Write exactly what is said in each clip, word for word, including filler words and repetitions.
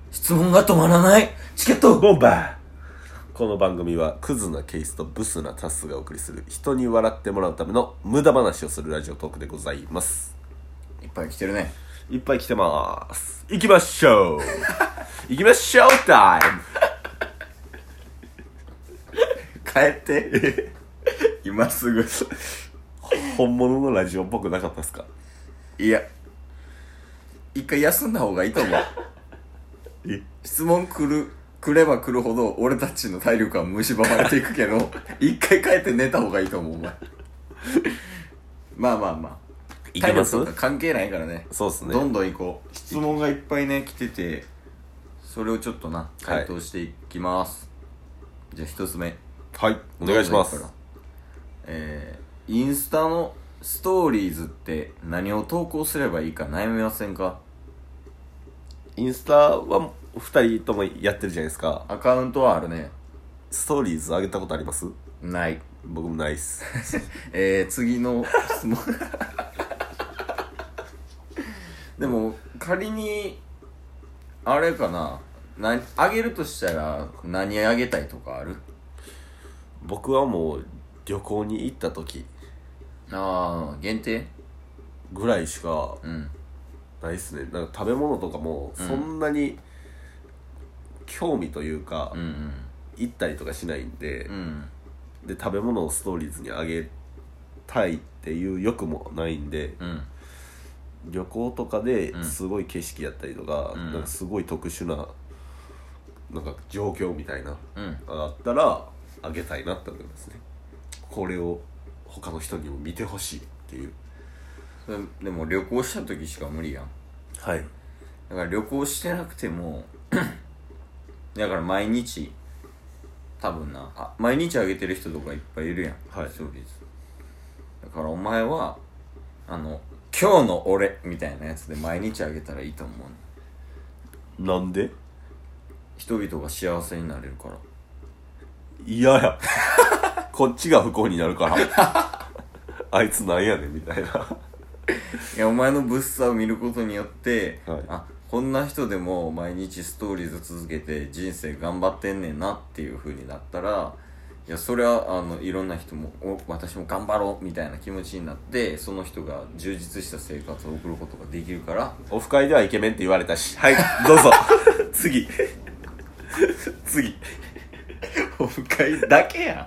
質問が止まらないチケットボンバー。この番組はクズなケースとブスなタスがお送りする人に笑ってもらうための無駄話をするラジオトークでございます。 いっぱい来てるね。 いっぱい来てまーす。行きましょう行きましょうタイ帰って今すぐム本物のラジオっぽくなかったですか？ いや一回休んだ方がいいと思うえ質問来る来れば来るほど俺たちの体力は蝕まれていくけど一回帰って寝た方がいいと思うお前まあまあまあいけます体力とか関係ないからね。 そうっすね。 どんどん行こう。質問がいっぱいね来てて、それをちょっとな回答していきます、はい、じゃあ一つ目はいお願いします。 えー、インスタのストーリーズって何を投稿すればいいか悩みませんか？ インスタはふたりともやってるじゃないですか。 アカウントはあるね。 ストーリーズ上げたことあります？ ない。 僕もないっすえー、次の質問でも仮にあれかな、なあげるとしたら何あげたいとかある？ 僕はもう旅行に行った時ああ限定ぐらいしかうんないっすね。なんか食べ物とかもそんなに興味というか、 うんうん行ったりとかしないんで、 うんで食べ物をストーリーズにあげたいっていう欲もないんで、 うん旅行とかですごい景色やったりとか、 うん、 なんかすごい特殊ななんか状況みたいな、 うん、 あったらあげたいなって思いますね。これを他の人にも見てほしいっていう。 それでも旅行した時しか無理やん。 はいだから旅行してなくてもだから毎日多分なあ毎日あげてる人とかいっぱいいるやん、 はい、 ストーリーズ。だからお前はあの今日の俺みたいなやつで毎日あげたらいいと思う、ね、 なんで？ 人々が幸せになれるから。 嫌やこっちが不幸になるからあいつなんやねんみたいないやお前の物騒を見ることによって、 はい、 あこんな人でも毎日ストーリーズ続けて人生頑張ってんねんなっていう風になったら、いやそれはあのいろんな人もお私も頑張ろうみたいな気持ちになって、その人が充実した生活を送ることができるから。 オフ会ではイケメンって言われたし、はいどうぞ次次オフ会だけやん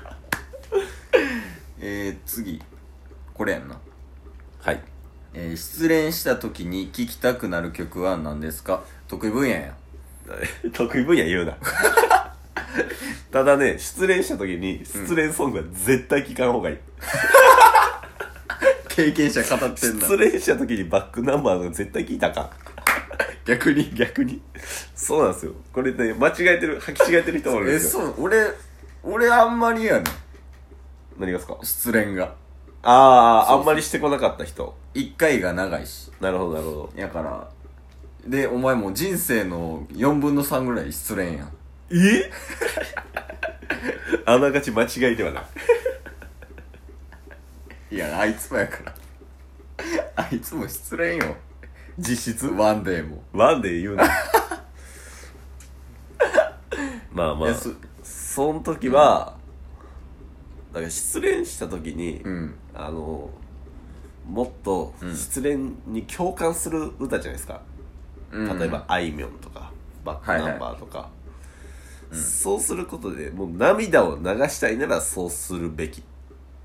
えー、次これやんな。 はい、 えー、失恋した時に聴きたくなる曲は何ですか？得意分野や得意分野言うなただね、失恋した時に失恋ソングは絶対聴かん方がいい、うん、 経験者語ってんだ。 失恋した時にバックナンバーが絶対聴いたか逆に逆にそうなんですよ。これね間違えてる履き違えてる人もいるんですよ。 えそう俺俺あんまりやねん。 何がですか？ 失恋があああんまりしてこなかった人。 一回が長いし。 なるほどなるほど。 やからでお前もう人生のよんぶんのさんぐらい失恋やん。 えあながち間違いではない。 いやあいつもやからあいつも失恋よ実質ワンデーもワンデー言うなまあまあそ, その時は、うん、だから失恋した時に、 うん、あのもっと失恋に共感する歌じゃないですか、うん、例えばあいみょんとかバックナンバーとか、はいはい、うん、そうすることでもう涙を流したいならそうするべき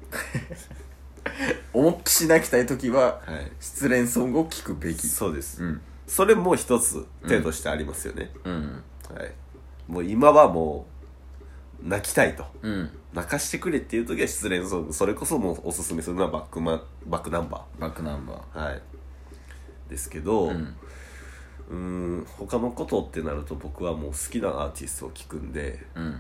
思いっきし泣きたい時は、はい、失恋ソングを聴くべき。 そうです、 うん、 それも一つ手としてありますよね、 うんうんはい、もう今はもう泣きたいと、 うん、 泣かしてくれっていう時は失恋ソング、それこそもうおすすめするのはバックマバックナンバーバックナンバー、はい、ですけど、うん、うーん他のことってなると僕はもう好きなアーティストを聴くんで、 うん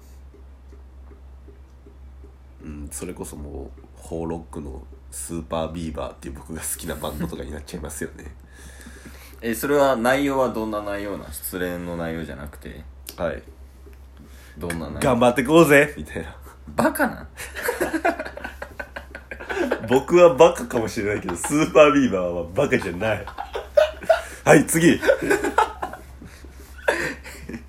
うん、それこそもうホーロックのスーパービーバーっていう僕が好きなバンドとかになっちゃいますよねえそれは内容はどんな内容な？失恋の内容じゃなくて、 はい、 どんな内容？ 頑張ってこうぜみたいな。 バカな僕はバカかもしれないけどスーパービーバーはバカじゃないはい次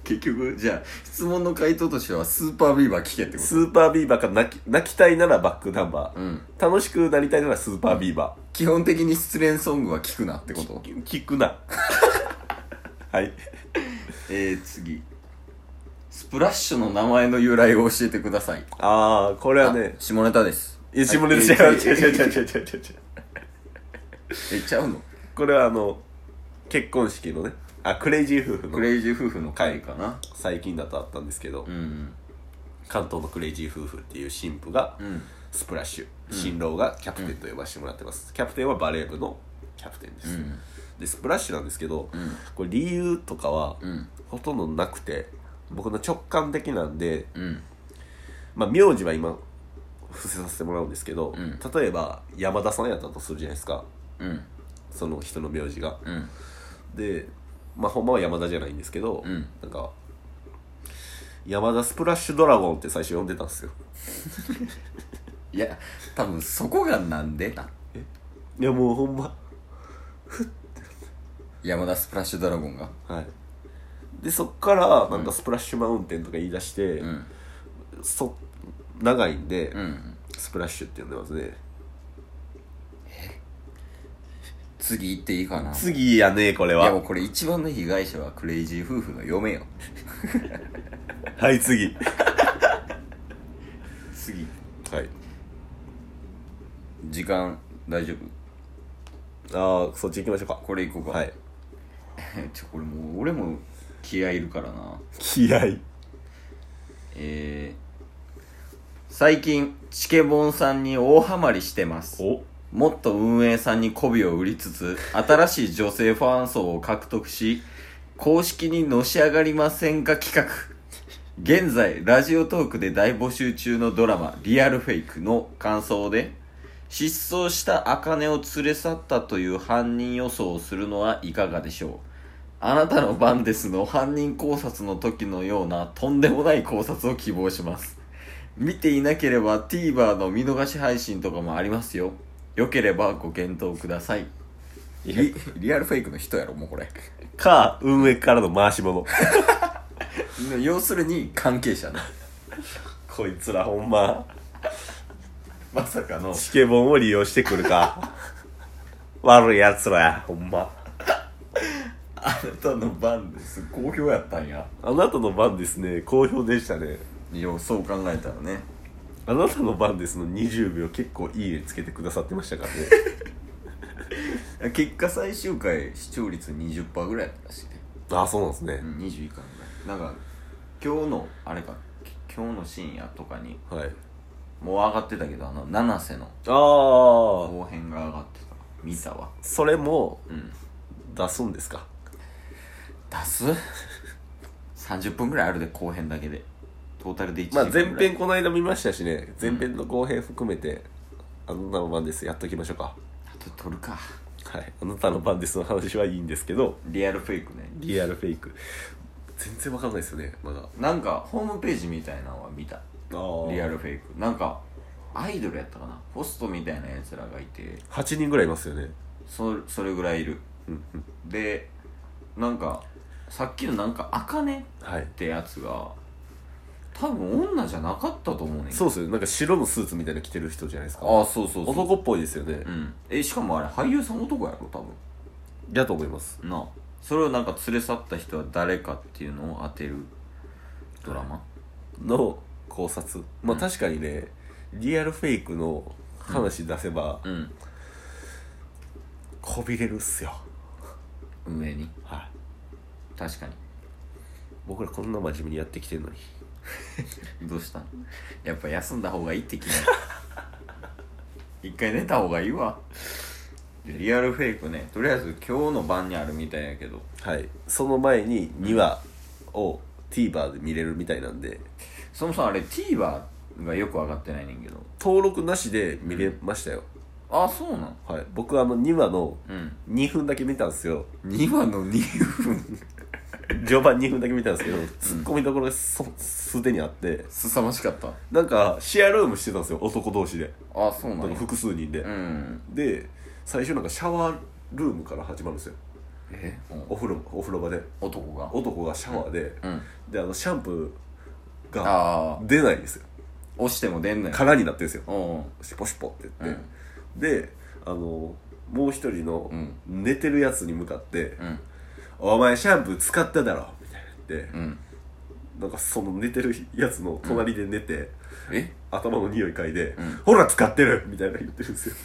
結局じゃあ質問の回答としてはスーパービーバー聞けってこと。 スーパービーバーか泣き泣きたいならバックナンバー、 うん、 楽しくなりたいならスーパービーバー。 基本的に失恋ソングは聞くなってこと。 聞くなはいえー、次スプラッシュの名前の由来を教えてください。 ああこれはね下ネタです。 いや下ネタ違う違う違う違う違う違う違うえちゃうの。 これはあの結婚式のねあクレイジー夫婦のクレイジー夫婦の回かな。 最近だとあったんですけど、 うん、 関東のクレイジー夫婦っていう新婦が、 うん、 スプラッシュ新郎がキャプテンと呼ばせてもらってます、うん、キャプテンはバレー部のキャプテンです、うん、でスプラッシュなんですけど、うん、これ理由とかは、うん、ほとんどなくて僕の直感的なんで、うん、まあ名字は今伏せさせてもらうんですけど、うん、例えば山田さんやったとするじゃないですか、うん、その人の名字が、うん、でまあほんまは山田じゃないんですけど、うん、なんか山田スプラッシュドラゴンって最初呼んでたんですよいや多分そこがなんでな。 えいやもうほんま山田スプラッシュドラゴンがはいでそっからなんかスプラッシュマウンテンとか言い出して、うん、そ長いんで、うん、スプラッシュって呼んでますね。 え次言っていいかな。 次やねこれは。 いやもうこれ一番の被害者はクレイジー夫婦の嫁よはい次次はい時間大丈夫。ああそっち行きましょうか。 これ行こうか。はいちょこれもう俺も気合いるからな。 気合いえー、最近チケボンさんに大ハマりしてます。おもっと運営さんに媚びを売りつつ新しい女性ファン層を獲得し公式にのし上がりませんか企画。現在ラジオトークで大募集中のドラマリアルフェイクの感想で失踪した茜を連れ去ったという犯人予想をするのはいかがでしょう。あなたの番ですの犯人考察の時のようなとんでもない考察を希望します。見ていなければ TVer の見逃し配信とかもありますよ。よければご検討ください。リ, リアルフェイクの人やろもうこれか運営からの回し物要するに関係者ねこいつらほんままさかのチケボンを利用してくるか悪いやつらやほんま。 あなたの番です好評やったんや。 あなたの番ですね好評でしたね。 いやそう考えたらねあなたの番ですのにじゅうびょう結構いいねつけてくださってましたからね結果最終回視聴率 にじゅっパーセント ぐらいやったらしいね。 ああそうなんですね、 うん、にじゅう以下ぐらい。なんか今日のあれか今日の深夜とかに、はい、もう上がってたけどあの七瀬の後編が上がってた見たわ。 それも、うん、出すんですか。 出すさんじゅっぷんぐらいあるで後編だけでトータルでいちじかんぐらい。まあ前編この間見ましたしね前編の後編含めて、うん、あなたの番ですやっときましょうか。 あと撮るか。 はいあなたの番ですの話はいいんですけどリアルフェイクね。 リアルフェイク全然わかんないですよねまだ。 なんかホームページみたいなのは見た。リアルフェイクなんかアイドルやったかなホストみたいなやつらがいてはちにんぐらいいますよね。 そ, それぐらいいるでなんかさっきのなんか茜ってやつが、はい、多分女じゃなかったと思うねん。 そうですよなんか白のスーツみたいな着てる人じゃないですか。 ああそうそうそう男っぽいですよね、 うん、えしかもあれ俳優さん男やろ多分。 だと思いますなあそれをなんか連れ去った人は誰かっていうのを当てるドラマの考察。まあ確かにね、うん、リアルフェイクの話出せば、うんうん、こびれるっすよ運営に。 はい確かに僕らこんな真面目にやってきてんのにどうしたの。やっぱ休んだ方がいいって聞いた一回寝た方がいいわ。リアルフェイクねとりあえず今日の晩にあるみたいやけどはいその前ににわを TVer で見れるみたいなんで、 そもそもあれ TVer がよく分かってないねんけど登録なしで見れましたよ、 うん、あそうなん。 はい僕あのにわのにふんだけ見たんですよ、 うん、にわのにふん序盤にふんだけ見たんですけど、うん、ツッコミどころがすでにあって凄まじかった。 なんかシェアルームしてたんですよ男同士で。 あそうなん。 なんか複数人で、 うん、 で最初なんかシャワールームから始まるんですよ。 え、うん、 お風呂お風呂場で男が男がシャワーで、 うんうん、 であのシャンプーがあ出ないんですよ。 押しても出んのよ。 空になってるんですよ。 おうシュポシュポって言って、 うん、 であのもう一人のうん寝てるやつに向かってうん 「お前シャンプー使っただろ」みたいな言って、 うんなんかその寝てるやつの隣で寝て、 うん、え頭の匂い嗅いで、 うん、 ほら使ってるみたいな言ってるんですよ。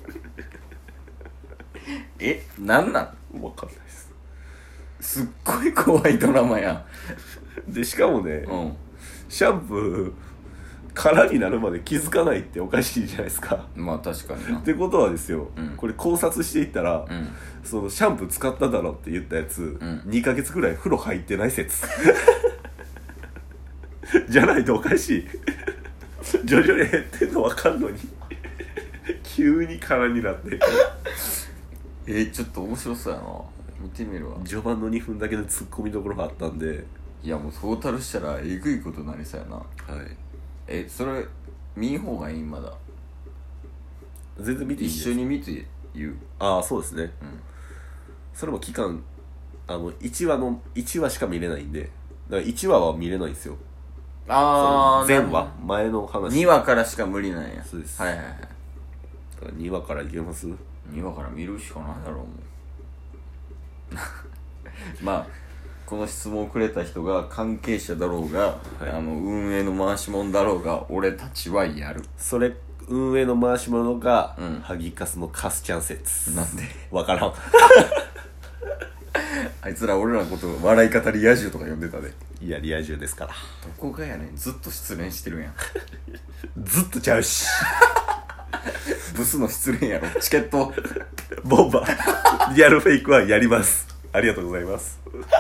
え、なんなん？ 分かんないです。 すっごい怖いドラマやんでしかもね、 うん、 シャンプー空になるまで気づかないっておかしいじゃないですか。 まあ確かにな。 ってことはですよ、 うん、 これ考察していったら、 うん、 そのシャンプー使っただろって言ったやつ、 うん、 にかげつぐらい風呂入ってない説じゃないとおかしい。徐々に減ってんの分かんのに急に空になってえー、ちょっと面白そうやな。見てみるわ。 序盤のにふんだけでツッコミどころがあったんで、 いやもうトータルしたらえぐいことになりそうやな。 はい、 え、それ見ん方がいい？まだ全然見ていいんです一緒に見て言う。 ああそうですね、 うん、 それも期間あのいちわのいちわしか見れないんで、だからいちわは見れないんですよ。 ああ、 前話前の話にわからしか無理なんや。 そうです。 はいはいはい。 だからにわからいけます？ にわから見るしかないだろうもんまあこの質問をくれた人が関係者だろうが、はい、あの運営の回し者だろうが俺たちはやる。 それ運営の回し者が、 うん、 ハギカスのカスちゃん説。 なんでわからんあいつら俺らのこと笑い方リア充とか呼んでたで。 いやリア充ですから。 どこがやねん、ずっと失恋してるやんずっとちゃうしブスの失恋やろ。チケットボンバーリアルフェイクはやります。ありがとうございます。